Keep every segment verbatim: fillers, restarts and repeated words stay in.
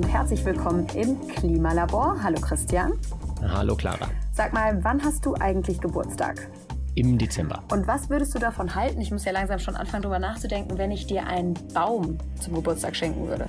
und herzlich willkommen im Klimalabor. Hallo Christian. Hallo Clara. Sag mal, wann hast du eigentlich Geburtstag? Im Dezember. Und was würdest du davon halten? Ich muss ja langsam schon anfangen, darüber nachzudenken, wenn ich dir einen Baum zum Geburtstag schenken würde.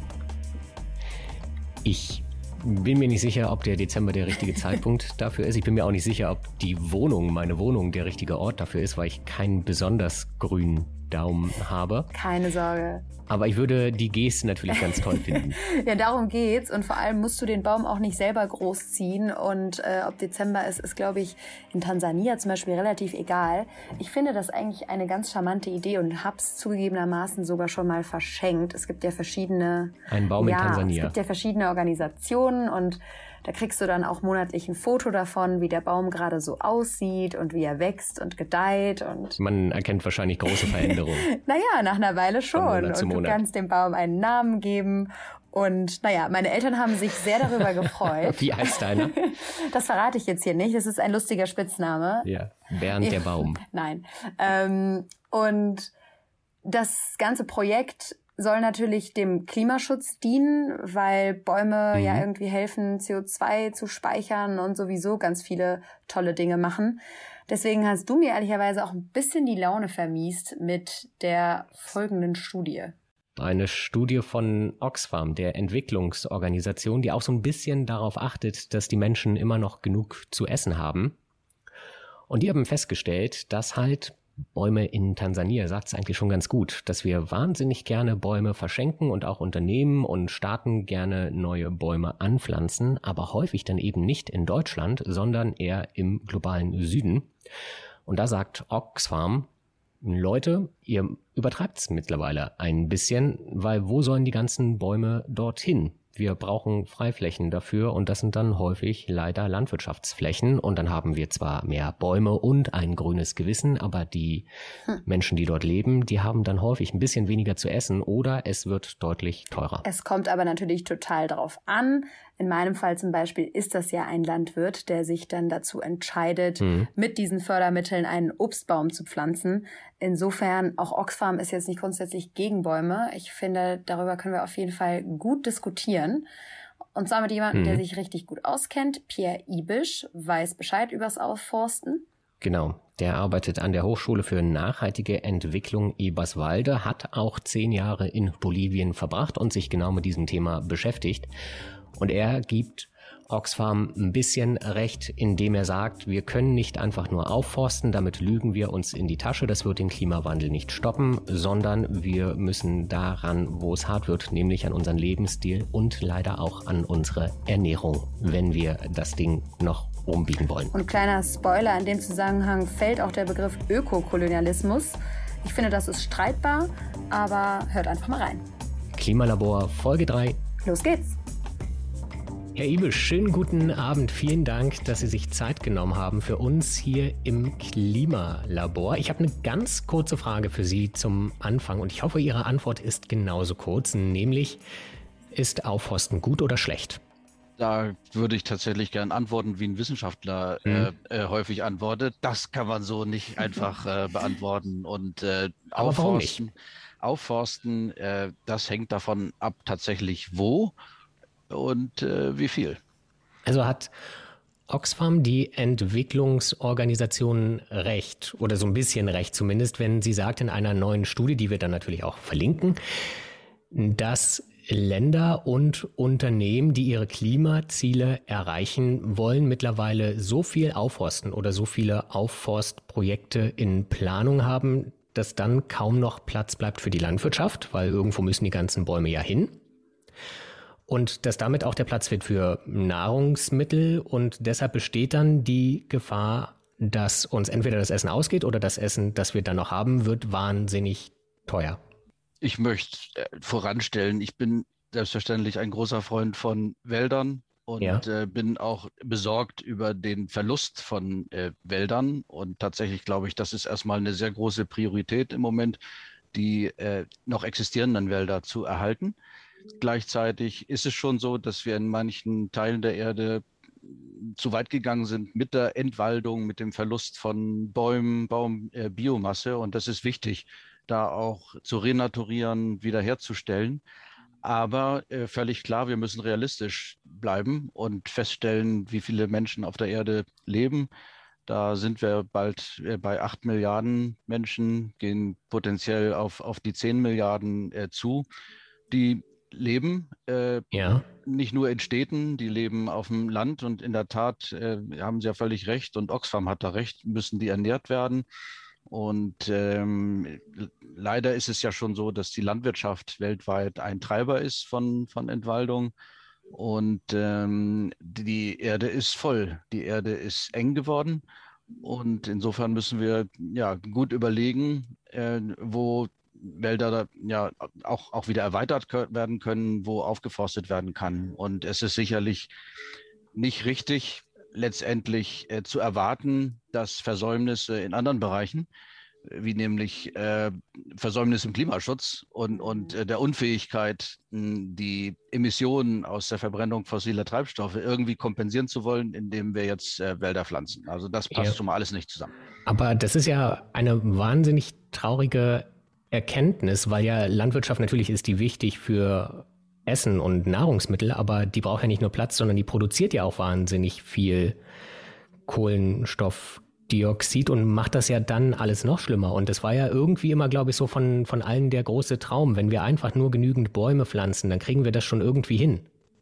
Ich bin mir nicht sicher, ob der Dezember der richtige Zeitpunkt dafür ist. Ich bin mir auch nicht sicher, ob die Wohnung, meine Wohnung, der richtige Ort dafür ist, weil ich keinen besonders grünen Daumen habe. Keine Sorge. Aber ich würde die Geste natürlich ganz toll finden. Ja, darum geht's. Und vor allem musst du den Baum auch nicht selber großziehen. Und äh, ob Dezember ist, ist, glaube ich, in Tansania zum Beispiel relativ egal. Ich finde das eigentlich eine ganz charmante Idee und hab's zugegebenermaßen sogar schon mal verschenkt. Es gibt ja verschiedene... Ein Baum ja, in Tansania. Es gibt ja verschiedene Organisationen und da kriegst du dann auch monatlich ein Foto davon, wie der Baum gerade so aussieht und wie er wächst und gedeiht. Und man erkennt wahrscheinlich große Veränderungen. Naja, nach einer Weile schon. Monat zu und du Monat. kannst dem Baum einen Namen geben. Und naja, meine Eltern haben sich sehr darüber gefreut. Wie heißt deiner? Das verrate ich jetzt hier nicht. Das ist ein lustiger Spitzname. Ja, Bernd der Baum. Nein. Ähm, und das ganze Projekt soll natürlich dem Klimaschutz dienen, weil Bäume mhm. ja irgendwie helfen, C O zwei zu speichern und sowieso ganz viele tolle Dinge machen. Deswegen hast du mir ehrlicherweise auch ein bisschen die Laune vermiest mit der folgenden Studie. Eine Studie von Oxfam, der Entwicklungsorganisation, die auch so ein bisschen darauf achtet, dass die Menschen immer noch genug zu essen haben. Und die haben festgestellt, dass halt Bäume in Tansania, sagt es eigentlich schon ganz gut, dass wir wahnsinnig gerne Bäume verschenken und auch Unternehmen und Staaten gerne neue Bäume anpflanzen, aber häufig dann eben nicht in Deutschland, sondern eher im globalen Süden. Und da sagt Oxfam, Leute, ihr übertreibt es mittlerweile ein bisschen, weil wo sollen die ganzen Bäume dorthin? Wir brauchen Freiflächen dafür und das sind dann häufig leider Landwirtschaftsflächen und dann haben wir zwar mehr Bäume und ein grünes Gewissen, aber die hm. Menschen, die dort leben, die haben dann häufig ein bisschen weniger zu essen oder es wird deutlich teurer. Es kommt aber natürlich total drauf an. In meinem Fall zum Beispiel ist das ja ein Landwirt, der sich dann dazu entscheidet, mhm. mit diesen Fördermitteln einen Obstbaum zu pflanzen. Insofern, auch Oxfam ist jetzt nicht grundsätzlich gegen Bäume. Ich finde, darüber können wir auf jeden Fall gut diskutieren. Und zwar mit jemandem, mhm. der sich richtig gut auskennt. Pierre Ibisch weiß Bescheid übers Aufforsten. Genau, der arbeitet an der Hochschule für nachhaltige Entwicklung Eberswalde, hat auch zehn Jahre in Bolivien verbracht und sich genau mit diesem Thema beschäftigt. Und er gibt Oxfam ein bisschen recht, indem er sagt, wir können nicht einfach nur aufforsten, damit lügen wir uns in die Tasche, das wird den Klimawandel nicht stoppen, sondern wir müssen daran, wo es hart wird, nämlich an unseren Lebensstil und leider auch an unsere Ernährung, wenn wir das Ding noch umbiegen wollen. Und kleiner Spoiler, in dem Zusammenhang fällt auch der Begriff Ökokolonialismus. Ich finde, das ist streitbar, aber hört einfach mal rein. Klimalabor Folge drei. Los geht's. Herr Ibisch, schönen guten Abend. Vielen Dank, dass Sie sich Zeit genommen haben für uns hier im Klimalabor. Ich habe eine ganz kurze Frage für Sie zum Anfang und ich hoffe, Ihre Antwort ist genauso kurz, nämlich, ist Aufforsten gut oder schlecht? Da würde ich tatsächlich gern antworten, wie ein Wissenschaftler hm. äh, äh, häufig antwortet. Das kann man so nicht einfach äh, beantworten. Und äh, Aber aufforsten, warum nicht? Aufforsten, äh, das hängt davon ab, tatsächlich wo und äh, wie viel. Also hat Oxfam, die Entwicklungsorganisation, recht oder so ein bisschen recht zumindest, wenn sie sagt in einer neuen Studie, die wir dann natürlich auch verlinken, dass Länder und Unternehmen, die ihre Klimaziele erreichen wollen, mittlerweile so viel aufforsten oder so viele Aufforstprojekte in Planung haben, dass dann kaum noch Platz bleibt für die Landwirtschaft, weil irgendwo müssen die ganzen Bäume ja hin. Und dass damit auch der Platz wird für Nahrungsmittel und deshalb besteht dann die Gefahr, dass uns entweder das Essen ausgeht oder das Essen, das wir dann noch haben, wird wahnsinnig teuer. Ich möchte äh, voranstellen, ich bin selbstverständlich ein großer Freund von Wäldern und Ja. äh, bin auch besorgt über den Verlust von äh, Wäldern. Und tatsächlich glaube ich, das ist erstmal eine sehr große Priorität im Moment, die äh, noch existierenden Wälder zu erhalten. Gleichzeitig ist es schon so, dass wir in manchen Teilen der Erde zu weit gegangen sind mit der Entwaldung, mit dem Verlust von Bäumen, Baumbiomasse. Äh, und das ist wichtig, da auch zu renaturieren, wiederherzustellen. Aber äh, völlig klar, wir müssen realistisch bleiben und feststellen, wie viele Menschen auf der Erde leben. Da sind wir bald äh, bei acht Milliarden Menschen, gehen potenziell auf, auf die zehn Milliarden äh, zu. Die leben äh, Ja. nicht nur in Städten, die leben auf dem Land. Und in der Tat äh, haben Sie ja völlig recht und Oxfam hat da recht, müssen die ernährt werden. Und ähm, leider ist es ja schon so, dass die Landwirtschaft weltweit ein Treiber ist von, von Entwaldung. Und ähm, die Erde ist voll, die Erde ist eng geworden. Und insofern müssen wir ja gut überlegen, äh, wo Wälder da, ja auch, auch wieder erweitert kö- werden können, wo aufgeforstet werden kann. Und es ist sicherlich nicht richtig, letztendlich äh, zu erwarten, dass Versäumnisse in anderen Bereichen, wie nämlich äh, Versäumnis im Klimaschutz und, und äh, der Unfähigkeit, mh, die Emissionen aus der Verbrennung fossiler Treibstoffe irgendwie kompensieren zu wollen, indem wir jetzt äh, Wälder pflanzen. Also das passt Ja. schon mal alles nicht zusammen. Aber das ist ja eine wahnsinnig traurige Erkenntnis, weil ja Landwirtschaft natürlich ist die wichtig für Essen und Nahrungsmittel, aber die braucht ja nicht nur Platz, sondern die produziert ja auch wahnsinnig viel Kohlenstoffdioxid und macht das ja dann alles noch schlimmer. Und das war ja irgendwie immer, glaube ich, so von, von allen der große Traum. Wenn wir einfach nur genügend Bäume pflanzen, dann kriegen wir das schon irgendwie hin.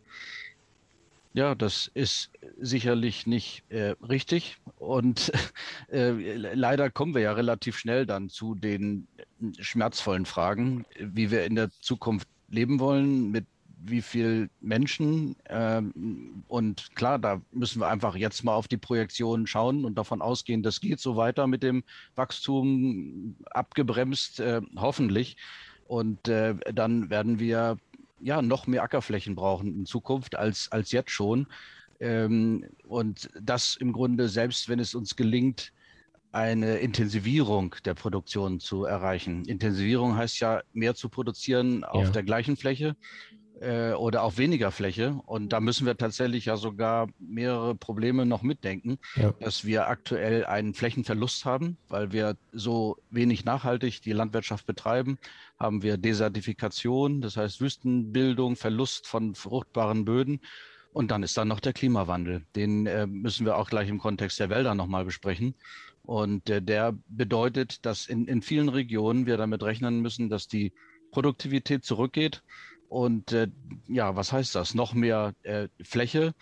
Ja, das ist sicherlich nicht äh, richtig. Und äh, leider kommen wir ja relativ schnell dann zu den schmerzvollen Fragen, wie wir in der Zukunft leben wollen, mit wie viel Menschen. Ähm, und klar, da müssen wir einfach jetzt mal auf die Projektion schauen und davon ausgehen, das geht so weiter mit dem Wachstum, abgebremst, äh, hoffentlich. Und äh, dann werden wir ja noch mehr Ackerflächen brauchen in Zukunft als, als jetzt schon. Ähm, und das im Grunde, selbst wenn es uns gelingt, eine Intensivierung der Produktion zu erreichen. Intensivierung heißt ja, mehr zu produzieren auf Ja. der gleichen Fläche äh, oder auf weniger Fläche. Und da müssen wir tatsächlich ja sogar mehrere Probleme noch mitdenken, Ja. dass wir aktuell einen Flächenverlust haben, weil wir so wenig nachhaltig die Landwirtschaft betreiben. Haben wir Desertifikation, das heißt Wüstenbildung, Verlust von fruchtbaren Böden. Und dann ist da noch der Klimawandel. Den äh, müssen wir auch gleich im Kontext der Wälder nochmal besprechen. Und äh, der bedeutet, dass in, in vielen Regionen wir damit rechnen müssen, dass die Produktivität zurückgeht. Und äh, ja, was heißt das? Noch mehr äh, Fläche.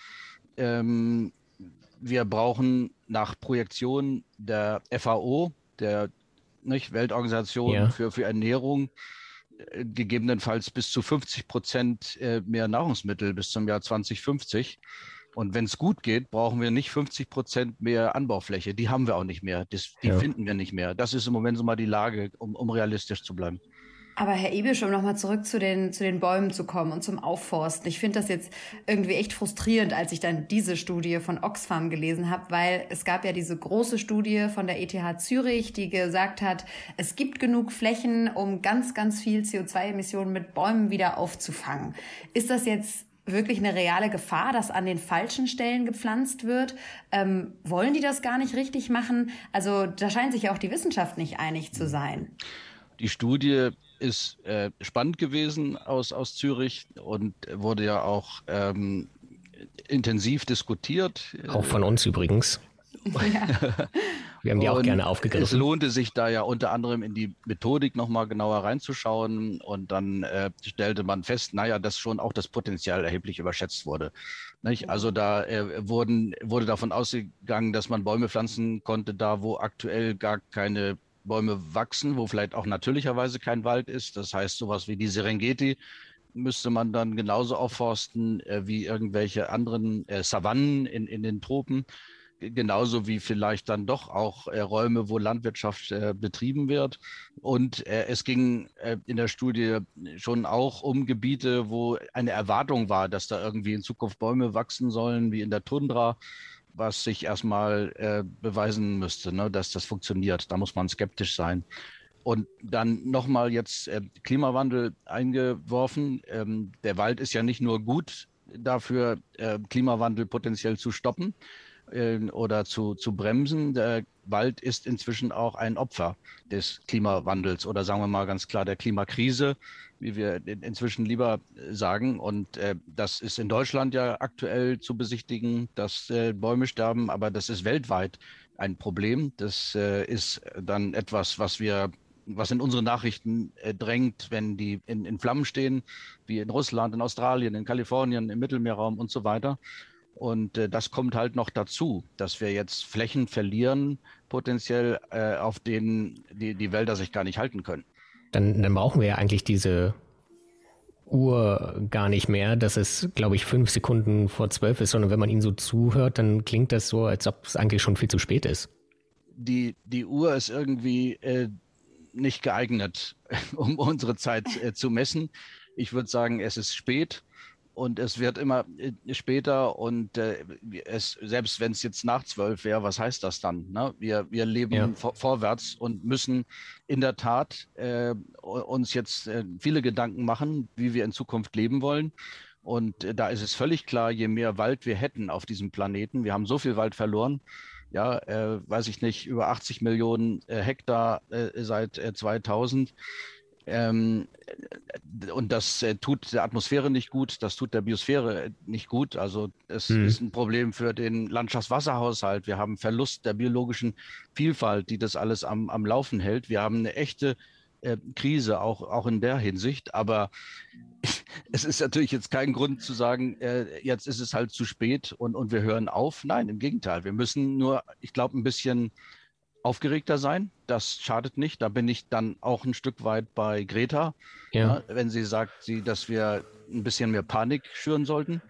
Ähm, wir brauchen nach Projektion der F A O, der nicht, Weltorganisation Ja. für, für Ernährung, äh, gegebenenfalls bis zu fünfzig Prozent äh, mehr Nahrungsmittel bis zum Jahr zwanzig fünfzig. Und wenn es gut geht, brauchen wir nicht fünfzig Prozent mehr Anbaufläche. Die haben wir auch nicht mehr. Das, die Ja. finden wir nicht mehr. Das ist im Moment so mal die Lage, um, um realistisch zu bleiben. Aber Herr Ibisch, um nochmal zurück zu den, zu den Bäumen zu kommen und zum Aufforsten. Ich finde das jetzt irgendwie echt frustrierend, als ich dann diese Studie von Oxfam gelesen habe, weil es gab ja diese große Studie von der E T H Zürich, die gesagt hat, es gibt genug Flächen, um ganz, ganz viel C O zwei Emissionen mit Bäumen wieder aufzufangen. Ist das jetzt wirklich eine reale Gefahr, dass an den falschen Stellen gepflanzt wird? Ähm, wollen die das gar nicht richtig machen? Also da scheint sich ja auch die Wissenschaft nicht einig zu sein. Die Studie ist äh, spannend gewesen aus, aus Zürich und wurde ja auch ähm, intensiv diskutiert. Auch von uns übrigens. Ja. Wir haben die auch Und gerne es aufgegriffen. lohnte sich da ja unter anderem in die Methodik nochmal genauer reinzuschauen und dann äh, stellte man fest, naja, dass schon auch das Potenzial erheblich überschätzt wurde. Nicht? Also da äh, wurden, wurde davon ausgegangen, dass man Bäume pflanzen konnte, da wo aktuell gar keine Bäume wachsen, wo vielleicht auch natürlicherweise kein Wald ist. Das heißt, sowas wie die Serengeti müsste man dann genauso aufforsten äh, wie irgendwelche anderen äh, Savannen in, in den Tropen. Genauso wie vielleicht dann doch auch äh, Räume, wo Landwirtschaft äh, betrieben wird. Und äh, es ging äh, in der Studie schon auch um Gebiete, wo eine Erwartung war, dass da irgendwie in Zukunft Bäume wachsen sollen, wie in der Tundra, was sich erstmal äh, beweisen müsste, ne, dass das funktioniert. Da muss man skeptisch sein. Und dann nochmal jetzt äh, Klimawandel eingeworfen. Ähm, der Wald ist ja nicht nur gut dafür, äh, Klimawandel potenziell zu stoppen, äh, oder zu, zu bremsen. Der Wald ist inzwischen auch ein Opfer des Klimawandels oder sagen wir mal ganz klar der Klimakrise, wie wir inzwischen lieber sagen. Und äh, das ist in Deutschland ja aktuell zu besichtigen, dass äh, Bäume sterben, aber das ist weltweit ein Problem. Das äh, ist dann etwas, was wir was in unsere Nachrichten äh, drängt, wenn die in, in Flammen stehen, wie in Russland, in Australien, in Kalifornien, im Mittelmeerraum und so weiter. Und äh, das kommt halt noch dazu, dass wir jetzt Flächen verlieren, potenziell, äh, auf denen die, die Wälder sich gar nicht halten können. Dann, dann brauchen wir ja eigentlich diese Uhr gar nicht mehr, dass es, glaube ich, fünf Sekunden vor zwölf ist, sondern wenn man ihnen so zuhört, dann klingt das so, als ob es eigentlich schon viel zu spät ist. Die, die Uhr ist irgendwie äh, nicht geeignet, um unsere Zeit äh, zu messen. Ich würde sagen, es ist spät. Und es wird immer später und äh, es, selbst wenn es jetzt nach zwölf wäre, was heißt das dann? Ne? Wir, wir leben ja. vor, vorwärts und müssen in der Tat äh, uns jetzt äh, viele Gedanken machen, wie wir in Zukunft leben wollen. Und äh, da ist es völlig klar, je mehr Wald wir hätten auf diesem Planeten, wir haben so viel Wald verloren, ja, äh, weiß ich nicht, über achtzig Millionen äh, Hektar äh, seit äh, zweitausend. Ähm, und das äh, tut der Atmosphäre nicht gut, das tut der Biosphäre nicht gut. Also es hm. ist ein Problem für den Landschaftswasserhaushalt. Wir haben Verlust der biologischen Vielfalt, die das alles am, am Laufen hält. Wir haben eine echte äh, Krise, auch, auch in der Hinsicht. Aber es ist natürlich jetzt kein Grund zu sagen, äh, jetzt ist es halt zu spät und, und wir hören auf. Nein, im Gegenteil. Wir müssen nur, ich glaube, ein bisschen aufgeregter sein. Das schadet nicht. Da bin ich dann auch ein Stück weit bei Greta, ja. Ja, wenn sie sagt, sie, dass wir ein bisschen mehr Panik schüren sollten.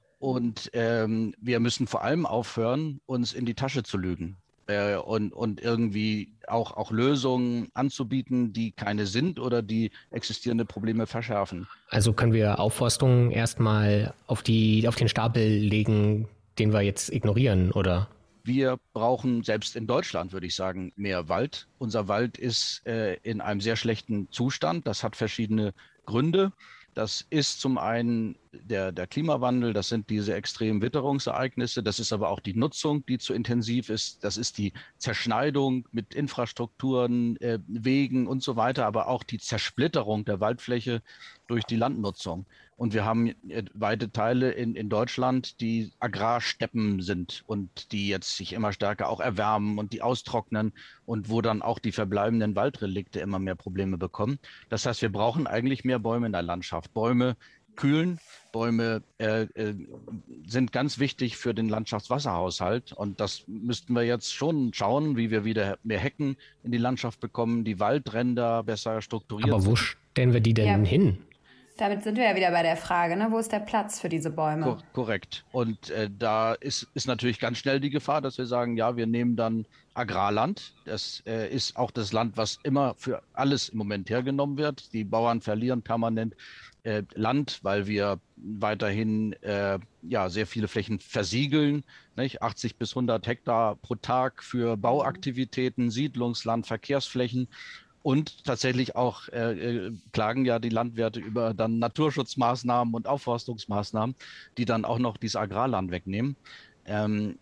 Und ähm, wir müssen vor allem aufhören, uns in die Tasche zu lügen äh, und, und irgendwie auch, auch Lösungen anzubieten, die keine sind oder die existierende Probleme verschärfen. Also können wir Aufforstung erstmal auf die, auf den Stapel legen, den wir jetzt ignorieren, oder? Wir brauchen selbst in Deutschland, würde ich sagen, mehr Wald. Unser Wald ist äh, in einem sehr schlechten Zustand. Das hat verschiedene Gründe. Das ist zum einen der, der Klimawandel, das sind diese extremen Witterungsereignisse, das ist aber auch die Nutzung, die zu intensiv ist, das ist die Zerschneidung mit Infrastrukturen, äh, Wegen und so weiter, aber auch die Zersplitterung der Waldfläche durch die Landnutzung. Und wir haben äh, weite Teile in, in Deutschland, die Agrarsteppen sind und die jetzt sich immer stärker auch erwärmen und die austrocknen und wo dann auch die verbleibenden Waldrelikte immer mehr Probleme bekommen. Das heißt, wir brauchen eigentlich mehr Bäume in der Landschaft. Bäume kühlen, Bäume äh, äh, sind ganz wichtig für den Landschaftswasserhaushalt. Und das müssten wir jetzt schon schauen, wie wir wieder mehr Hecken in die Landschaft bekommen, die Waldränder besser strukturieren. Aber wo stellen wir die denn ja. hin? Damit sind wir ja wieder bei der Frage, ne? Wo ist der Platz für diese Bäume? Kor- korrekt. Und äh, da ist, ist natürlich ganz schnell die Gefahr, dass wir sagen, ja, wir nehmen dann Agrarland. Das äh, ist auch das Land, was immer für alles im Moment hergenommen wird. Die Bauern verlieren permanent äh, Land, weil wir weiterhin äh, ja, sehr viele Flächen versiegeln. Nicht? achtzig bis hundert Hektar pro Tag für Bauaktivitäten, Siedlungsland, Verkehrsflächen. Und tatsächlich auch äh, klagen ja die Landwirte über dann Naturschutzmaßnahmen und Aufforstungsmaßnahmen, die dann auch noch dieses Agrarland wegnehmen. Ähm,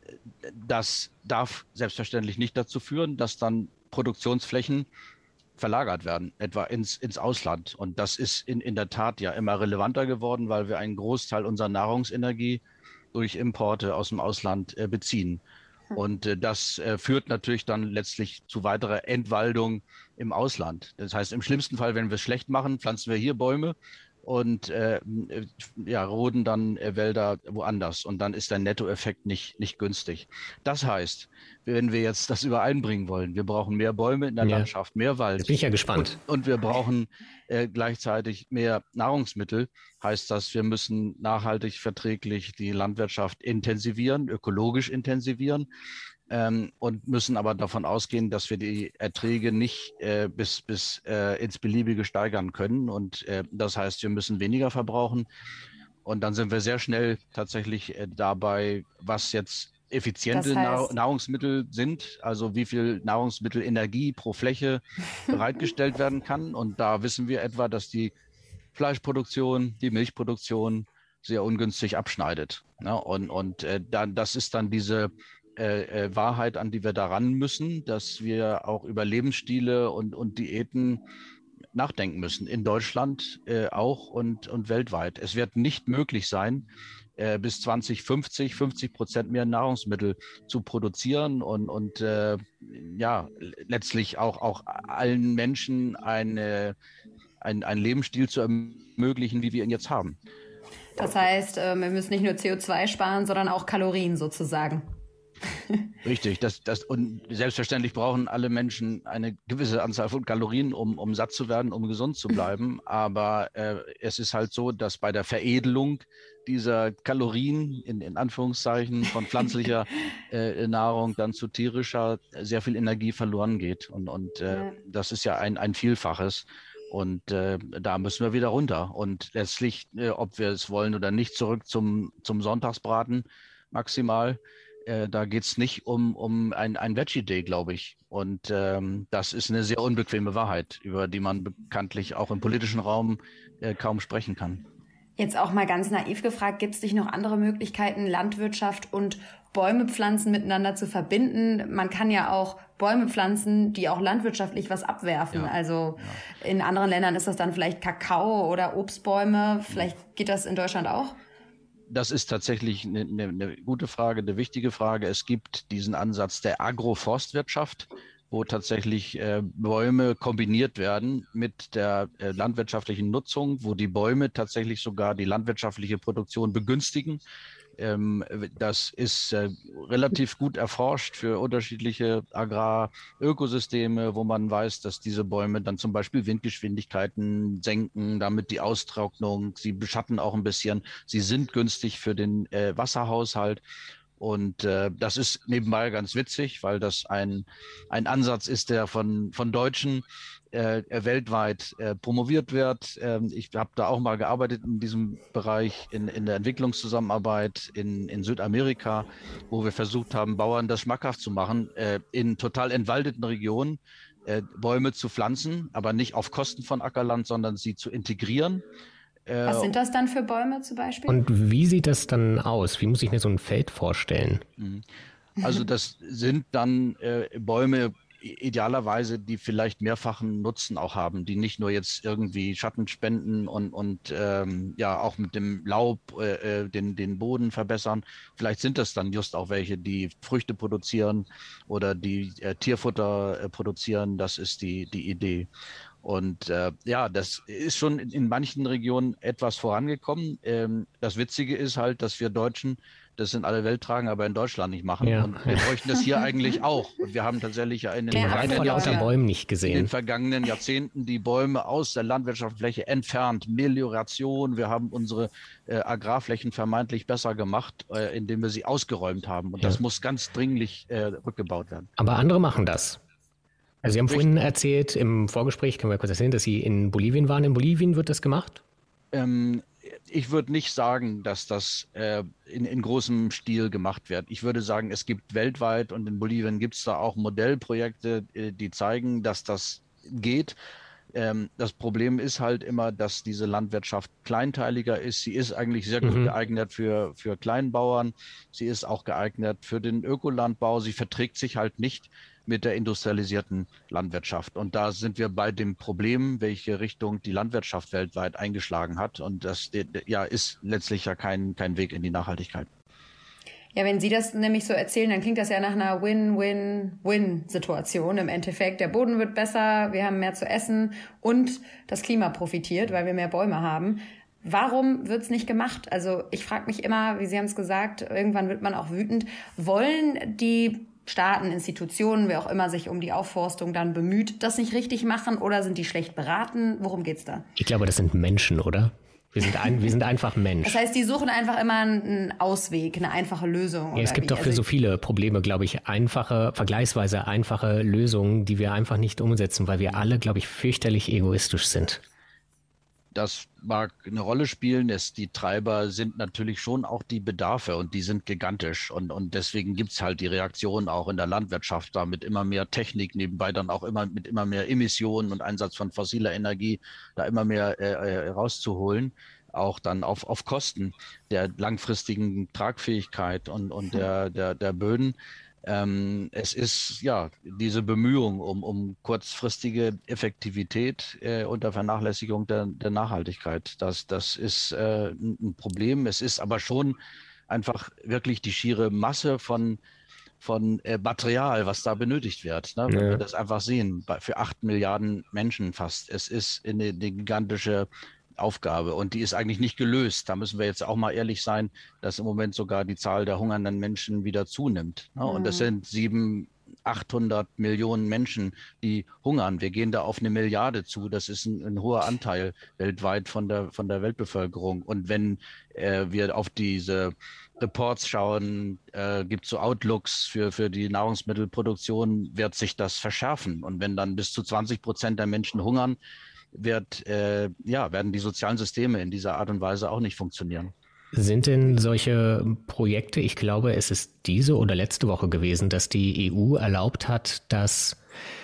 das darf selbstverständlich nicht dazu führen, dass dann Produktionsflächen verlagert werden, etwa ins, ins Ausland. Und das ist in, in der Tat ja immer relevanter geworden, weil wir einen Großteil unserer Nahrungsenergie durch Importe aus dem Ausland äh, beziehen. Und äh, das äh, führt natürlich dann letztlich zu weiterer Entwaldung im Ausland. Das heißt, im schlimmsten Fall, wenn wir es schlecht machen, pflanzen wir hier Bäume und äh, ja, roden dann äh, Wälder woanders. Und dann ist der Nettoeffekt nicht, nicht günstig. Das heißt, wenn wir jetzt das übereinbringen wollen, wir brauchen mehr Bäume in der ja. Landschaft, mehr Wald. Jetzt bin ich ja gespannt. Und, und wir brauchen äh, gleichzeitig mehr Nahrungsmittel. Heißt das, wir müssen nachhaltig verträglich die Landwirtschaft intensivieren, ökologisch intensivieren. Ähm, und müssen aber davon ausgehen, dass wir die Erträge nicht äh, bis, bis äh, ins Beliebige steigern können. Und äh, das heißt, wir müssen weniger verbrauchen. Und dann sind wir sehr schnell tatsächlich äh, dabei, was jetzt effiziente das heißt, Nahrungsmittel sind, also wie viel Nahrungsmittelenergie pro Fläche bereitgestellt werden kann. Und da wissen wir etwa, dass die Fleischproduktion, die Milchproduktion sehr ungünstig abschneidet. Ne? Und, und äh, dann, das ist dann diese äh, äh, Wahrheit, an die wir daran müssen, dass wir auch über Lebensstile und, und Diäten nachdenken müssen. In Deutschland äh, auch und, und weltweit. Es wird nicht möglich sein, äh, bis zwanzig fünfzig fünfzig Prozent mehr Nahrungsmittel zu produzieren und, und äh, ja, letztlich auch, auch allen Menschen eine, ein, einen Lebensstil zu ermöglichen, wie wir ihn jetzt haben. Das heißt, wir müssen nicht nur C O zwei sparen, sondern auch Kalorien sozusagen. Richtig, das, das, und selbstverständlich brauchen alle Menschen eine gewisse Anzahl von Kalorien, um, um satt zu werden, um gesund zu bleiben. Aber äh, es ist halt so, dass bei der Veredelung dieser Kalorien, in, in Anführungszeichen, von pflanzlicher äh, Nahrung dann zu tierischer, sehr viel Energie verloren geht. Und, und äh, ja. das ist ja ein, ein Vielfaches. Und äh, da müssen wir wieder runter. Und letztlich, äh, ob wir es wollen oder nicht, zurück zum, zum Sonntagsbraten maximal. Äh, da geht es nicht um, um ein, ein Veggie-Day, glaube ich. Und ähm, das ist eine sehr unbequeme Wahrheit, über die man bekanntlich auch im politischen Raum äh, kaum sprechen kann. Jetzt auch mal ganz naiv gefragt, gibt es nicht noch andere Möglichkeiten, Landwirtschaft und Bäume pflanzen miteinander zu verbinden? Man kann ja auch Bäume pflanzen, die auch landwirtschaftlich was abwerfen. Ja, also ja. In anderen Ländern ist das dann vielleicht Kakao oder Obstbäume. Vielleicht geht das in Deutschland auch? Das ist tatsächlich eine, eine, eine gute Frage, eine wichtige Frage. Es gibt diesen Ansatz der Agroforstwirtschaft, wo tatsächlich äh, Bäume kombiniert werden mit der äh, landwirtschaftlichen Nutzung, wo die Bäume tatsächlich sogar die landwirtschaftliche Produktion begünstigen. Ähm, das ist äh, relativ gut erforscht für unterschiedliche Agrarökosysteme, wo man weiß, dass diese Bäume dann zum Beispiel Windgeschwindigkeiten senken, damit die Austrocknung, sie beschatten auch ein bisschen, sie sind günstig für den äh, Wasserhaushalt. Und äh, das ist nebenbei ganz witzig, weil das ein, ein Ansatz ist, der von, von Deutschen äh, weltweit äh, promoviert wird. Ähm, ich habe da auch mal gearbeitet in diesem Bereich, in, in der Entwicklungszusammenarbeit in, in Südamerika, wo wir versucht haben, Bauern das schmackhaft zu machen, äh, in total entwaldeten Regionen äh, Bäume zu pflanzen, aber nicht auf Kosten von Ackerland, sondern sie zu integrieren. Was sind das dann für Bäume zum Beispiel? Und wie sieht das dann aus? Wie muss ich mir so ein Feld vorstellen? Also das sind dann äh, Bäume idealerweise, die vielleicht mehrfachen Nutzen auch haben, die nicht nur jetzt irgendwie Schatten spenden und, und ähm, ja auch mit dem Laub äh, den, den Boden verbessern. Vielleicht sind das dann just auch welche, die Früchte produzieren oder die äh, Tierfutter äh, produzieren. Das ist die, die Idee. Und äh, ja, das ist schon in, in manchen Regionen etwas vorangekommen. Ähm, das Witzige ist halt, dass wir Deutschen das in alle Welt tragen, aber in Deutschland nicht machen. Ja. Und wir bräuchten das hier eigentlich auch. Und wir haben tatsächlich ja in den, den vergangenen, Jahrzehnten, Bäumen nicht gesehen. in den vergangenen Jahrzehnten die Bäume aus der Landwirtschaftsfläche entfernt. Melioration. Wir haben unsere äh, Agrarflächen vermeintlich besser gemacht, äh, indem wir sie ausgeräumt haben. Und ja. das muss ganz dringlich äh, rückgebaut werden. Aber andere machen das. Also Sie haben vorhin erzählt, im Vorgespräch, können wir kurz erzählen, dass Sie in Bolivien waren. In Bolivien wird das gemacht? Ähm, ich würde nicht sagen, dass das äh, in, in großem Stil gemacht wird. Ich würde sagen, es gibt weltweit und in Bolivien gibt es da auch Modellprojekte, äh, die zeigen, dass das geht. Ähm, das Problem ist halt immer, dass diese Landwirtschaft kleinteiliger ist. Sie ist eigentlich sehr gut mhm. geeignet für, für Kleinbauern. Sie ist auch geeignet für den Ökolandbau. Sie verträgt sich halt nicht mit der industrialisierten Landwirtschaft. Und da sind wir bei dem Problem, welche Richtung die Landwirtschaft weltweit eingeschlagen hat. Und das ja, ist letztlich ja kein, kein Weg in die Nachhaltigkeit. Ja, wenn Sie das nämlich so erzählen, dann klingt das ja nach einer Win-Win-Win-Situation im Endeffekt. Der Boden wird besser, wir haben mehr zu essen und das Klima profitiert, weil wir mehr Bäume haben. Warum wird's nicht gemacht? Also ich frage mich immer, wie Sie haben es gesagt, irgendwann wird man auch wütend. Wollen die Staaten, Institutionen, wer auch immer sich um die Aufforstung dann bemüht, das nicht richtig machen oder sind die schlecht beraten? Worum geht's da? Ich glaube, das sind Menschen, oder? Wir sind, ein, wir sind einfach Mensch. Das heißt, die suchen einfach immer einen Ausweg, eine einfache Lösung. Ja, es gibt wie? doch für also so viele Probleme, glaube ich, einfache, vergleichsweise einfache Lösungen, die wir einfach nicht umsetzen, weil wir alle, glaube ich, fürchterlich egoistisch sind. Das mag eine Rolle spielen. Es, die Treiber sind natürlich schon auch die Bedarfe und die sind gigantisch. Und, und deswegen gibt's halt die Reaktion auch in der Landwirtschaft da mit immer mehr Technik, nebenbei dann auch immer mit immer mehr Emissionen und Einsatz von fossiler Energie, da immer mehr äh, rauszuholen. Auch dann auf, auf Kosten der langfristigen Tragfähigkeit und, und der, der, der Böden. Ähm, es ist ja diese Bemühung um, um kurzfristige Effektivität äh, unter Vernachlässigung der, der Nachhaltigkeit. Das, das ist äh, ein Problem. Es ist aber schon einfach wirklich die schiere Masse von von äh, Material, was da benötigt wird. Ne? Wenn wir Ja. das einfach sehen, bei, für acht Milliarden Menschen fast. Es ist eine, eine gigantische Aufgabe und die ist eigentlich nicht gelöst. Da müssen wir jetzt auch mal ehrlich sein, dass im Moment sogar die Zahl der hungernden Menschen wieder zunimmt. Ne? Und das sind sieben, achthundert Millionen Menschen, die hungern. Wir gehen da auf eine Milliarde zu. Das ist ein, ein hoher Anteil weltweit von der, von der Weltbevölkerung. Und wenn äh, wir auf diese Reports schauen, äh, gibt es so Outlooks für, für die Nahrungsmittelproduktion, wird sich das verschärfen. Und wenn dann bis zu zwanzig Prozent der Menschen hungern, wird, äh, ja, werden die sozialen Systeme in dieser Art und Weise auch nicht funktionieren. Sind denn solche Projekte, ich glaube, es ist diese oder letzte Woche gewesen, dass die E U erlaubt hat, dass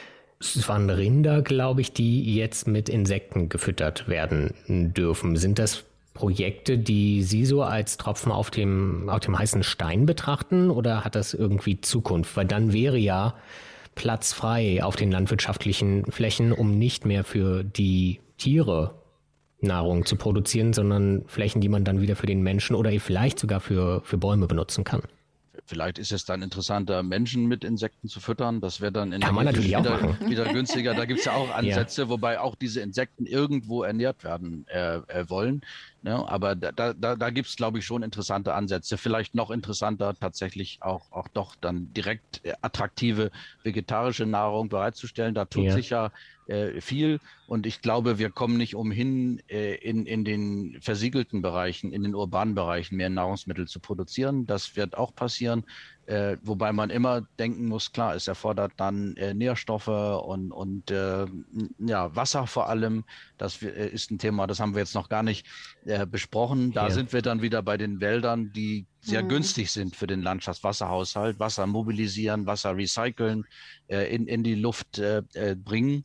es waren Rinder, glaube ich, die jetzt mit Insekten gefüttert werden dürfen. Sind das Projekte, die Sie so als Tropfen auf dem, auf dem heißen Stein betrachten oder hat das irgendwie Zukunft? Weil dann wäre ja Platz frei auf den landwirtschaftlichen Flächen, um nicht mehr für die Tiere Nahrung zu produzieren, sondern Flächen, die man dann wieder für den Menschen oder vielleicht sogar für, für Bäume benutzen kann. Vielleicht ist es dann interessanter, Menschen mit Insekten zu füttern. Das wäre dann kann man natürlich wieder, auch machen. wieder günstiger. Da gibt es ja auch Ansätze, ja. Wobei auch diese Insekten irgendwo ernährt werden äh, äh, wollen. Ja, aber da, da, da gibt es, glaube ich, schon interessante Ansätze. Vielleicht noch interessanter, tatsächlich auch, auch doch dann direkt äh, attraktive vegetarische Nahrung bereitzustellen. Da tut ja. sich ja äh, viel. Und ich glaube, wir kommen nicht umhin, äh, in, in den versiegelten Bereichen, in den urbanen Bereichen mehr Nahrungsmittel zu produzieren. Das wird auch passieren. Äh, wobei man immer denken muss, klar, es erfordert dann äh, Nährstoffe und, und äh, ja, Wasser vor allem. Das äh, ist ein Thema, das haben wir jetzt noch gar nicht äh, besprochen. Da ja. sind wir dann wieder bei den Wäldern, die sehr mhm. günstig sind für den Landschaftswasserhaushalt. Wasser mobilisieren, Wasser recyceln, äh, in, in die Luft äh, äh, bringen.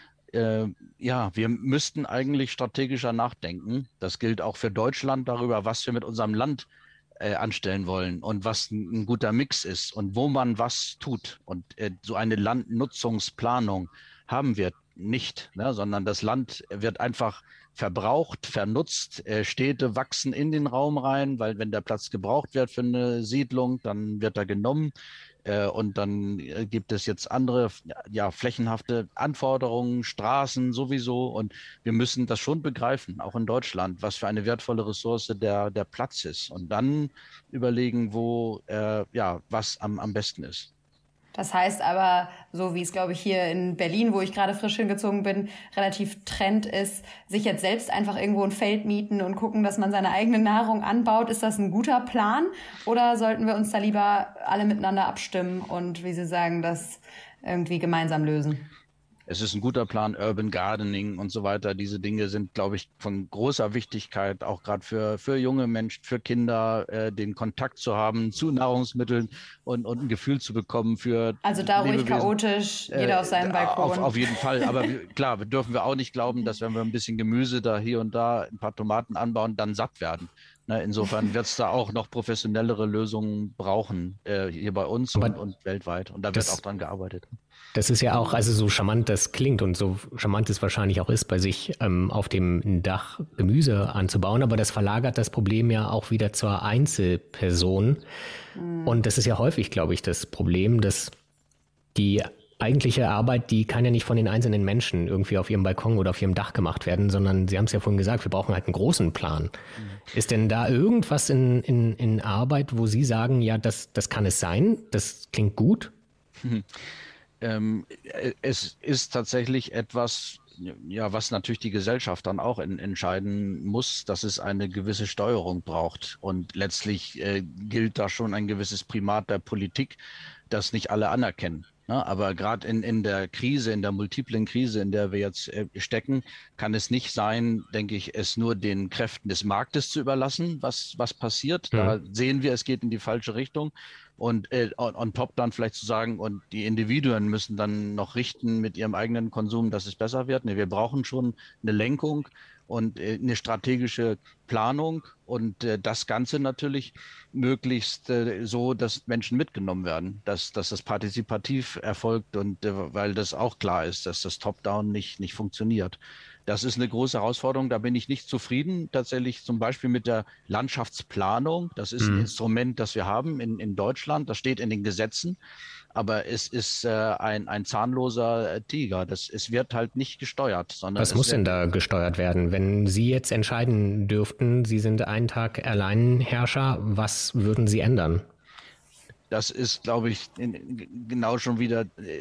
Äh, ja, wir müssten eigentlich strategischer nachdenken. Das gilt auch für Deutschland darüber, was wir mit unserem Land Äh, anstellen wollen und was ein, ein guter Mix ist und wo man was tut. Und äh, so eine Landnutzungsplanung haben wir nicht, ne? Sondern das Land wird einfach verbraucht, vernutzt. Äh, Städte wachsen in den Raum rein, weil wenn der Platz gebraucht wird für eine Siedlung, dann wird er genommen. Äh, und dann äh, gibt es jetzt andere, ja, flächenhafte Anforderungen, Straßen sowieso. Und wir müssen das schon begreifen, auch in Deutschland, was für eine wertvolle Ressource der, der Platz ist. Und dann überlegen, wo, äh, ja, was am, am besten ist. Das heißt aber, so wie es, glaube ich, hier in Berlin, wo ich gerade frisch hingezogen bin, relativ Trend ist, sich jetzt selbst einfach irgendwo ein Feld mieten und gucken, dass man seine eigene Nahrung anbaut. Ist das ein guter Plan? Oder sollten wir uns da lieber alle miteinander abstimmen und, wie Sie sagen, das irgendwie gemeinsam lösen? Es ist ein guter Plan, Urban Gardening und so weiter. Diese Dinge sind, glaube ich, von großer Wichtigkeit, auch gerade für, für junge Menschen, für Kinder, äh, den Kontakt zu haben zu Nahrungsmitteln und, und ein Gefühl zu bekommen für Also da ruhig Lebewesen. Chaotisch, jeder äh, auf seinem Balkon. Auf, auf jeden Fall, aber klar, dürfen wir auch nicht glauben, dass wenn wir ein bisschen Gemüse da hier und da, ein paar Tomaten anbauen, dann satt werden. Ne, insofern wird es da auch noch professionellere Lösungen brauchen, äh, hier bei uns und, und weltweit. Und da wird auch dran gearbeitet. Das ist ja auch, also so charmant das klingt und so charmant es wahrscheinlich auch ist, bei sich ähm, auf dem Dach Gemüse anzubauen, aber das verlagert das Problem ja auch wieder zur Einzelperson. Mhm. Und das ist ja häufig, glaube ich, das Problem, dass die eigentliche Arbeit, die kann ja nicht von den einzelnen Menschen irgendwie auf ihrem Balkon oder auf ihrem Dach gemacht werden, sondern Sie haben es ja vorhin gesagt, wir brauchen halt einen großen Plan. Mhm. Ist denn da irgendwas in, in, in Arbeit, wo Sie sagen, ja, das, das kann es sein, das klingt gut? Mhm. Ähm, es ist tatsächlich etwas, ja, was natürlich die Gesellschaft dann auch in, entscheiden muss, dass es eine gewisse Steuerung braucht. Und letztlich äh, gilt da schon ein gewisses Primat der Politik, das nicht alle anerkennen. Ne? Aber gerade in, in der Krise, in der multiplen Krise, in der wir jetzt äh, stecken, kann es nicht sein, denke ich, es nur den Kräften des Marktes zu überlassen, was, was passiert. Mhm. Da sehen wir, es geht in die falsche Richtung. Und äh, on, on top dann vielleicht zu sagen, und die Individuen müssen dann noch richten mit ihrem eigenen Konsum, dass es besser wird. Nee, wir brauchen schon eine Lenkung und äh, eine strategische Planung und äh, das Ganze natürlich möglichst äh, so, dass Menschen mitgenommen werden, dass, dass das partizipativ erfolgt und äh, weil das auch klar ist, dass das Top-Down nicht, nicht funktioniert. Das ist eine große Herausforderung. Da bin ich nicht zufrieden. Tatsächlich zum Beispiel mit der Landschaftsplanung. Das ist ein Mhm. Instrument, das wir haben in, in Deutschland. Das steht in den Gesetzen. Aber es ist äh, ein, ein zahnloser Tiger. Das, es wird halt nicht gesteuert. Sondern Was es muss wird, denn da gesteuert werden? Wenn Sie jetzt entscheiden dürften, Sie sind einen Tag Alleinherrscher, was würden Sie ändern? Das ist, glaube ich, in, genau schon wieder äh,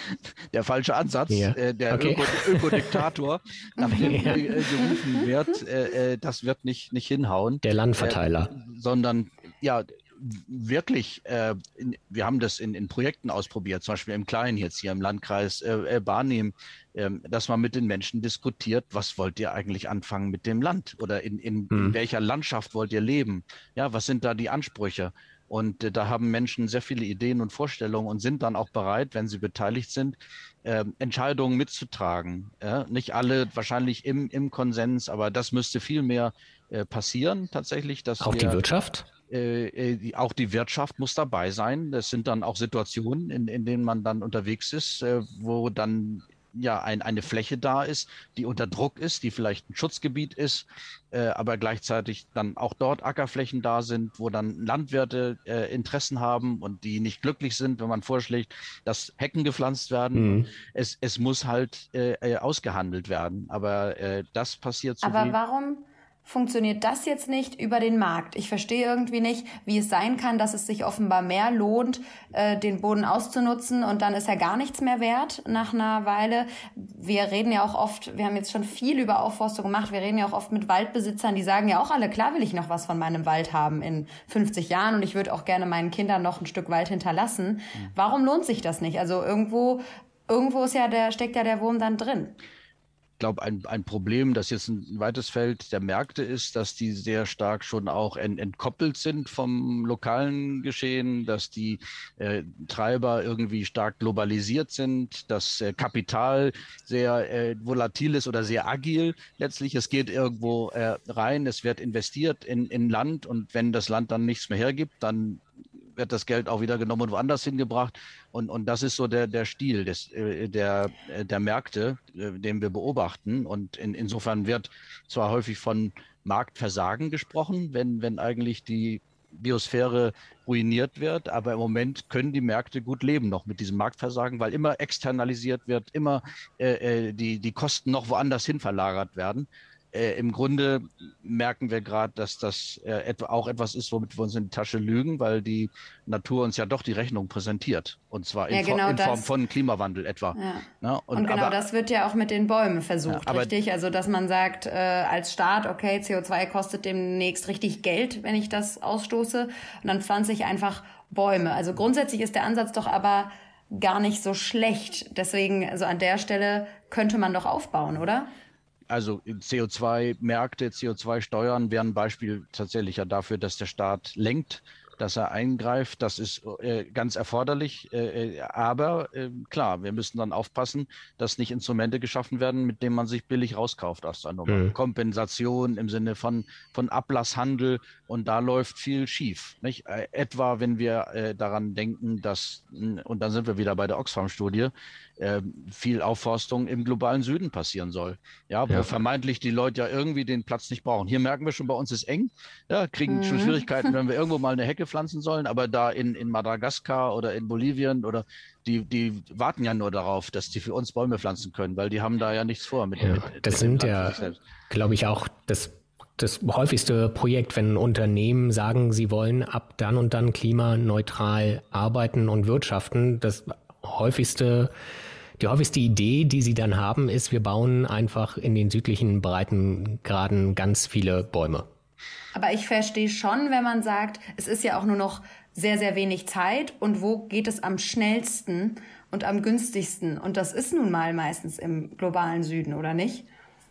der falsche Ansatz. Ja. Äh, der Okay. Öko, Ökodiktator, nach dem äh, gerufen wird, äh, das wird nicht, nicht hinhauen. Der Landverteiler. Äh, sondern, ja, wirklich, äh, in, wir haben das in, in Projekten ausprobiert, zum Beispiel im Kleinen jetzt hier im Landkreis äh, Barnim, äh, dass man mit den Menschen diskutiert, was wollt ihr eigentlich anfangen mit dem Land oder in, in, Hm. in welcher Landschaft wollt ihr leben? Ja, was sind da die Ansprüche? Und äh, da haben Menschen sehr viele Ideen und Vorstellungen und sind dann auch bereit, wenn sie beteiligt sind, äh, Entscheidungen mitzutragen. Ja? Nicht alle wahrscheinlich im, im Konsens, aber das müsste viel mehr äh, passieren tatsächlich. Dass Auch wir, die Wirtschaft? Äh, die, auch die Wirtschaft muss dabei sein. Das sind dann auch Situationen, in, in denen man dann unterwegs ist, äh, wo dann ja ein, eine Fläche da ist, die unter Druck ist, die vielleicht ein Schutzgebiet ist, äh, aber gleichzeitig dann auch dort Ackerflächen da sind, wo dann Landwirte äh, Interessen haben und die nicht glücklich sind, wenn man vorschlägt, dass Hecken gepflanzt werden. Mhm. Es, es muss halt äh, ausgehandelt werden, aber äh, das passiert zu Aber viel. warum funktioniert das jetzt nicht über den Markt? Ich verstehe irgendwie nicht, wie es sein kann, dass es sich offenbar mehr lohnt, äh, den Boden auszunutzen und dann ist er gar nichts mehr wert nach einer Weile. Wir reden ja auch oft, wir haben jetzt schon viel über Aufforstung gemacht, wir reden ja auch oft mit Waldbesitzern, die sagen ja auch alle, klar will ich noch was von meinem Wald haben in fünfzig Jahren und ich würde auch gerne meinen Kindern noch ein Stück Wald hinterlassen. Mhm. Warum lohnt sich das nicht? Also irgendwo, irgendwo ist ja der, steckt ja der Wurm dann drin. Ich glaube, ein, ein Problem, das jetzt ein weites Feld der Märkte ist, dass die sehr stark schon auch ent, entkoppelt sind vom lokalen Geschehen, dass die äh, Treiber irgendwie stark globalisiert sind, dass äh, Kapital sehr äh, volatil ist oder sehr agil. Letztlich, es geht irgendwo äh, rein, es wird investiert in, in Land und wenn das Land dann nichts mehr hergibt, dann wird das Geld auch wieder genommen und woanders hingebracht. Und, und das ist so der, der Stil des, der, der Märkte, den wir beobachten. Und in, insofern wird zwar häufig von Marktversagen gesprochen, wenn, wenn eigentlich die Biosphäre ruiniert wird, aber im Moment können die Märkte gut leben noch mit diesem Marktversagen, weil immer externalisiert wird, immer äh, die, die Kosten noch woanders hin verlagert werden. Äh, Im Grunde merken wir gerade, dass das äh, etwa auch etwas ist, womit wir uns in die Tasche lügen, weil die Natur uns ja doch die Rechnung präsentiert. Und zwar in, ja, genau in Form das. von Klimawandel etwa. Ja. Na, und, und genau aber, das wird ja auch mit den Bäumen versucht, ja, richtig? Also dass man sagt, äh, als Staat, okay, C O zwei kostet demnächst richtig Geld, wenn ich das ausstoße. Und dann pflanze ich einfach Bäume. Also grundsätzlich ist der Ansatz doch aber gar nicht so schlecht. Deswegen, also an der Stelle könnte man doch aufbauen, oder? Also C O zwei Märkte, C O zwei Steuern wären ein Beispiel tatsächlich ja dafür, dass der Staat lenkt, dass er eingreift. Das ist äh, ganz erforderlich. Äh, aber äh, klar, wir müssen dann aufpassen, dass nicht Instrumente geschaffen werden, mit denen man sich billig rauskauft aus der Nummer. Mhm. Kompensation im Sinne von, von Ablasshandel. Und da läuft viel schief. Nicht? Äh, etwa, wenn wir äh, daran denken, dass, und dann sind wir wieder bei der Oxfam-Studie, äh, viel Aufforstung im globalen Süden passieren soll. Ja, wo ja. vermeintlich die Leute ja irgendwie den Platz nicht brauchen. Hier merken wir schon, bei uns ist eng. Ja, kriegen mhm. schon Schwierigkeiten, wenn wir irgendwo mal eine Hecke pflanzen sollen. Aber da in, in Madagaskar oder in Bolivien oder die, die warten ja nur darauf, dass die für uns Bäume pflanzen können, weil die haben da ja nichts vor. Mit, ja, mit, das mit sind ja, glaube ich, auch das Das häufigste Projekt, wenn Unternehmen sagen, sie wollen ab dann und dann klimaneutral arbeiten und wirtschaften, das häufigste, die häufigste Idee, die sie dann haben, ist, wir bauen einfach in den südlichen Breitengraden ganz viele Bäume. Aber ich verstehe schon, wenn man sagt, es ist ja auch nur noch sehr, sehr wenig Zeit und wo geht es am schnellsten und am günstigsten? Und das ist nun mal meistens im globalen Süden, oder nicht?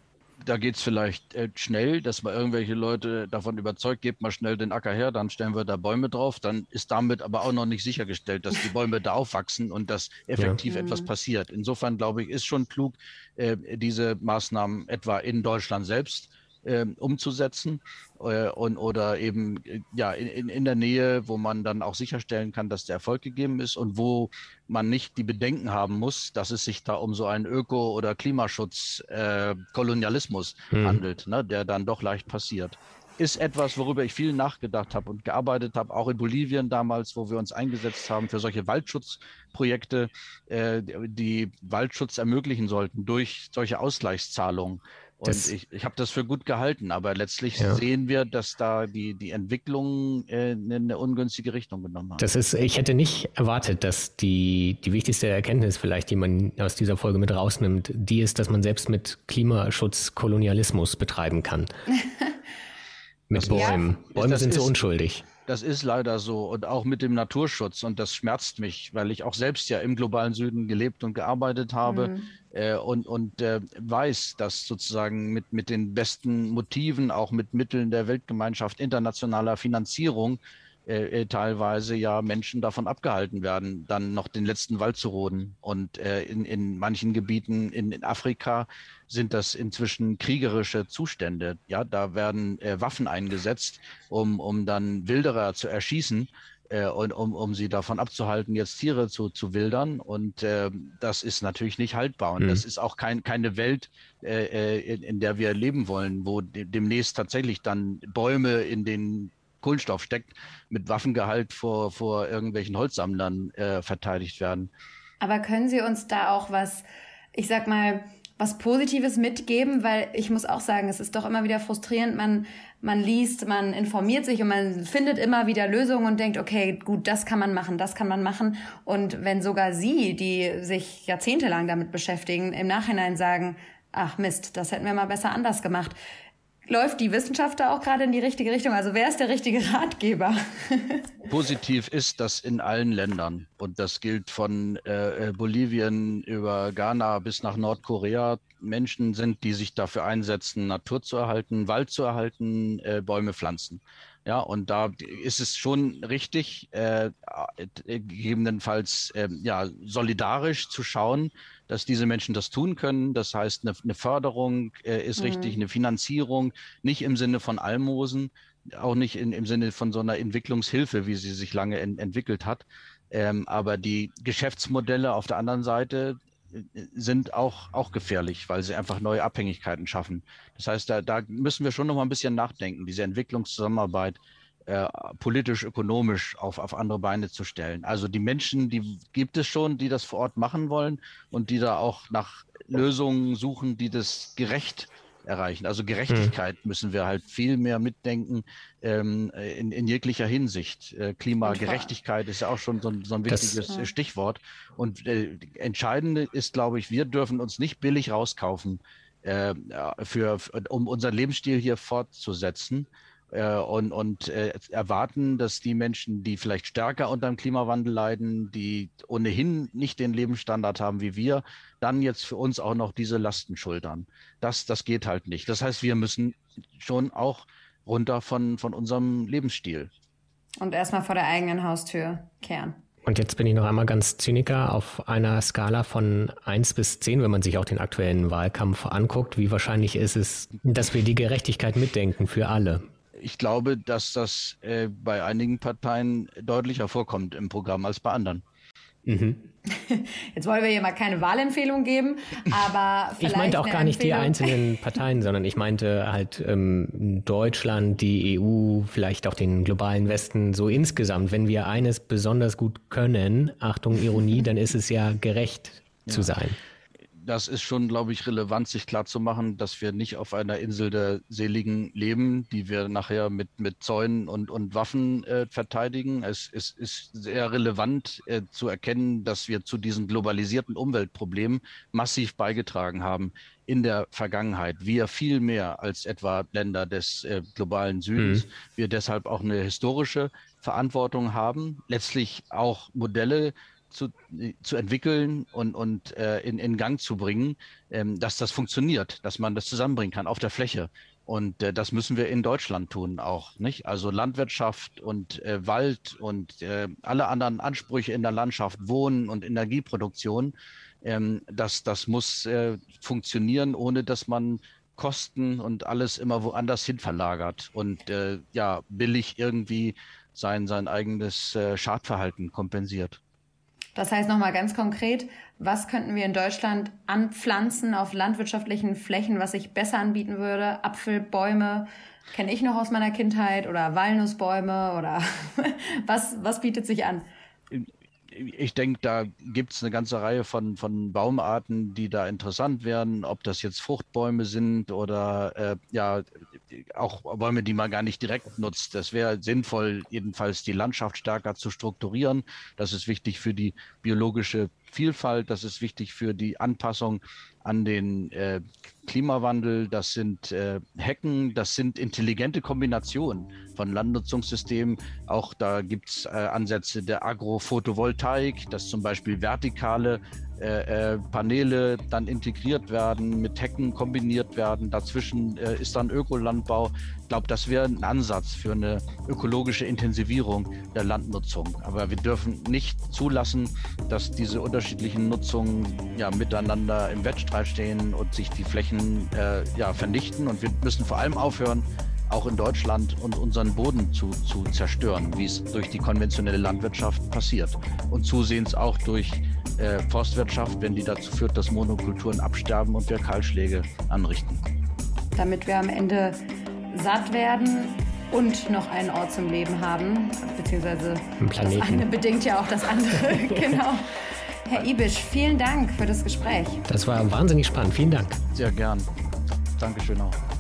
da geht es vielleicht äh, schnell, dass man irgendwelche Leute davon überzeugt, gebt mal schnell den Acker her, dann stellen wir da Bäume drauf. Dann ist damit aber auch noch nicht sichergestellt, dass die Bäume da aufwachsen und dass effektiv ja. etwas passiert. Insofern, glaube ich, ist schon klug, äh, diese Maßnahmen etwa in Deutschland selbst äh, umzusetzen äh, und oder eben äh, ja in, in der Nähe, wo man dann auch sicherstellen kann, dass der Erfolg gegeben ist und wo man nicht die Bedenken haben muss, dass es sich da um so einen Öko- oder Klimaschutz-Kolonialismus äh, hm. handelt, ne, der dann doch leicht passiert. Ist etwas, worüber ich viel nachgedacht habe und gearbeitet habe, auch in Bolivien damals, wo wir uns eingesetzt haben für solche Waldschutzprojekte, äh, die Waldschutz ermöglichen sollten durch solche Ausgleichszahlungen. Und das, ich, ich habe das für gut gehalten, aber letztlich ja. sehen wir, dass da die, die Entwicklung äh, eine ungünstige Richtung genommen hat. Das ist, ich hätte nicht erwartet, dass die, die wichtigste Erkenntnis vielleicht, die man aus dieser Folge mit rausnimmt, die ist, dass man selbst mit Klimaschutz Kolonialismus betreiben kann. Mit das Bäumen. Ist, Bäume sind so ist, unschuldig. Das ist leider so und auch mit dem Naturschutz und das schmerzt mich, weil ich auch selbst ja im globalen Süden gelebt und gearbeitet habe mhm. äh, und, und äh, weiß, dass sozusagen mit, mit den besten Motiven, auch mit Mitteln der Weltgemeinschaft, internationaler Finanzierung äh, teilweise ja Menschen davon abgehalten werden, dann noch den letzten Wald zu roden. Und äh, in, in manchen Gebieten in, in Afrika sind das inzwischen kriegerische Zustände. Ja, da werden äh, Waffen eingesetzt, um, um dann Wilderer zu erschießen äh, und um, um sie davon abzuhalten, jetzt Tiere zu, zu wildern. Und äh, das ist natürlich nicht haltbar. Und mhm. das ist auch kein, keine Welt, äh, in, in der wir leben wollen, wo de- demnächst tatsächlich dann Bäume in den Kohlenstoff steckt, mit Waffengehalt vor, vor irgendwelchen Holzsammlern äh, verteidigt werden. Aber können Sie uns da auch was, ich sag mal, was Positives mitgeben, weil ich muss auch sagen, es ist doch immer wieder frustrierend, man, man liest, man informiert sich und man findet immer wieder Lösungen und denkt, okay, gut, das kann man machen, das kann man machen. Und wenn sogar Sie, die sich jahrzehntelang damit beschäftigen, im Nachhinein sagen, ach Mist, das hätten wir mal besser anders gemacht. Läuft die Wissenschaft da auch gerade in die richtige Richtung? Also wer ist der richtige Ratgeber? Positiv ist, dass in allen Ländern, und das gilt von äh, Bolivien über Ghana bis nach Nordkorea, Menschen sind, die sich dafür einsetzen, Natur zu erhalten, Wald zu erhalten, äh, Bäume pflanzen. Ja, und da ist es schon richtig, äh, gegebenenfalls äh, ja, solidarisch zu schauen, dass diese Menschen das tun können. Das heißt, eine, eine Förderung äh, ist mhm. richtig, eine Finanzierung, nicht im Sinne von Almosen, auch nicht in, im Sinne von so einer Entwicklungshilfe, wie sie sich lange en, entwickelt hat. Ähm, aber die Geschäftsmodelle auf der anderen Seite sind auch, auch gefährlich, weil sie einfach neue Abhängigkeiten schaffen. Das heißt, da, da müssen wir schon noch mal ein bisschen nachdenken, diese Entwicklungszusammenarbeit äh, politisch, ökonomisch auf, auf andere Beine zu stellen. Also die Menschen, die gibt es schon, die das vor Ort machen wollen und die da auch nach Lösungen suchen, die das gerecht erreichen. Also Gerechtigkeit hm. müssen wir halt viel mehr mitdenken ähm, in, in jeglicher Hinsicht. Äh, Klimagerechtigkeit ist ja auch schon so ein, so ein wichtiges das, Stichwort. Und äh, entscheidend ist, glaube ich, wir dürfen uns nicht billig rauskaufen, äh, für, um unseren Lebensstil hier fortzusetzen. Und, und äh, erwarten, dass die Menschen, die vielleicht stärker unter dem Klimawandel leiden, die ohnehin nicht den Lebensstandard haben wie wir, dann jetzt für uns auch noch diese Lasten schultern. Das, das geht halt nicht. Das heißt, wir müssen schon auch runter von, von unserem Lebensstil. Und erstmal vor der eigenen Haustür kehren. Und jetzt bin ich noch einmal ganz Zyniker auf einer Skala von eins bis zehn, wenn man sich auch den aktuellen Wahlkampf anguckt. Wie wahrscheinlich ist es, dass wir die Gerechtigkeit mitdenken für alle? Ich glaube, dass das äh, bei einigen Parteien deutlicher vorkommt im Programm als bei anderen. Mhm. Jetzt wollen wir hier mal keine Wahlempfehlung geben, aber vielleicht ich meinte auch gar nicht Empfehlung. Die einzelnen Parteien, sondern ich meinte halt ähm, Deutschland, die E U, vielleicht auch den globalen Westen so insgesamt. Wenn wir eines besonders gut können, Achtung, Ironie, dann ist es ja gerecht ja. zu sein. Das ist schon, glaube ich, relevant, sich klarzumachen, dass wir nicht auf einer Insel der Seligen leben, die wir nachher mit, mit Zäunen und, und Waffen äh, verteidigen. Es, es ist sehr relevant äh, zu erkennen, dass wir zu diesen globalisierten Umweltproblemen massiv beigetragen haben in der Vergangenheit. Wir viel mehr als etwa Länder des äh, globalen Südens. Mhm. Wir deshalb auch eine historische Verantwortung haben, letztlich auch Modelle zu, zu entwickeln und, und äh, in, in Gang zu bringen, ähm, dass das funktioniert, dass man das zusammenbringen kann auf der Fläche. Und äh, das müssen wir in Deutschland tun auch, nicht? Also Landwirtschaft und äh, Wald und äh, alle anderen Ansprüche in der Landschaft, Wohnen und Energieproduktion, ähm, das, das muss äh, funktionieren, ohne dass man Kosten und alles immer woanders hin verlagert und äh, ja, billig irgendwie sein, sein eigenes äh, Schadverhalten kompensiert. Das heißt nochmal ganz konkret, was könnten wir in Deutschland anpflanzen auf landwirtschaftlichen Flächen, was sich besser anbieten würde? Apfelbäume kenne ich noch aus meiner Kindheit oder Walnussbäume oder was, was bietet sich an? Ich denke, da gibt es eine ganze Reihe von, von Baumarten, die da interessant wären, ob das jetzt Fruchtbäume sind oder äh, ja auch Bäume, die man gar nicht direkt nutzt. Das wäre sinnvoll, jedenfalls die Landschaft stärker zu strukturieren. Das ist wichtig für die biologische Vielfalt, das ist wichtig für die Anpassung an den äh, Klimawandel, das sind äh, Hecken, das sind intelligente Kombinationen von Landnutzungssystemen. Auch da gibt es äh, Ansätze der Agrophotovoltaik, dass zum Beispiel vertikale äh, äh, Paneele dann integriert werden, mit Hecken kombiniert werden. Dazwischen äh, ist dann Ökolandbau. Ich glaube, das wäre ein Ansatz für eine ökologische Intensivierung der Landnutzung. Aber wir dürfen nicht zulassen, dass diese unterschiedlichen Nutzungen ja miteinander im Wettstreit stehen und sich die Flächen äh, ja, vernichten. Und wir müssen vor allem aufhören, auch in Deutschland und unseren Boden zu, zu zerstören, wie es durch die konventionelle Landwirtschaft passiert. Und zusehends auch durch äh, Forstwirtschaft, wenn die dazu führt, dass Monokulturen absterben und wir Kahlschläge anrichten. Damit wir am Ende satt werden und noch einen Ort zum Leben haben, beziehungsweise das eine bedingt ja auch das andere. Genau. Herr Ibisch, vielen Dank für das Gespräch. Das war wahnsinnig spannend. Vielen Dank. Sehr gern. Dankeschön auch.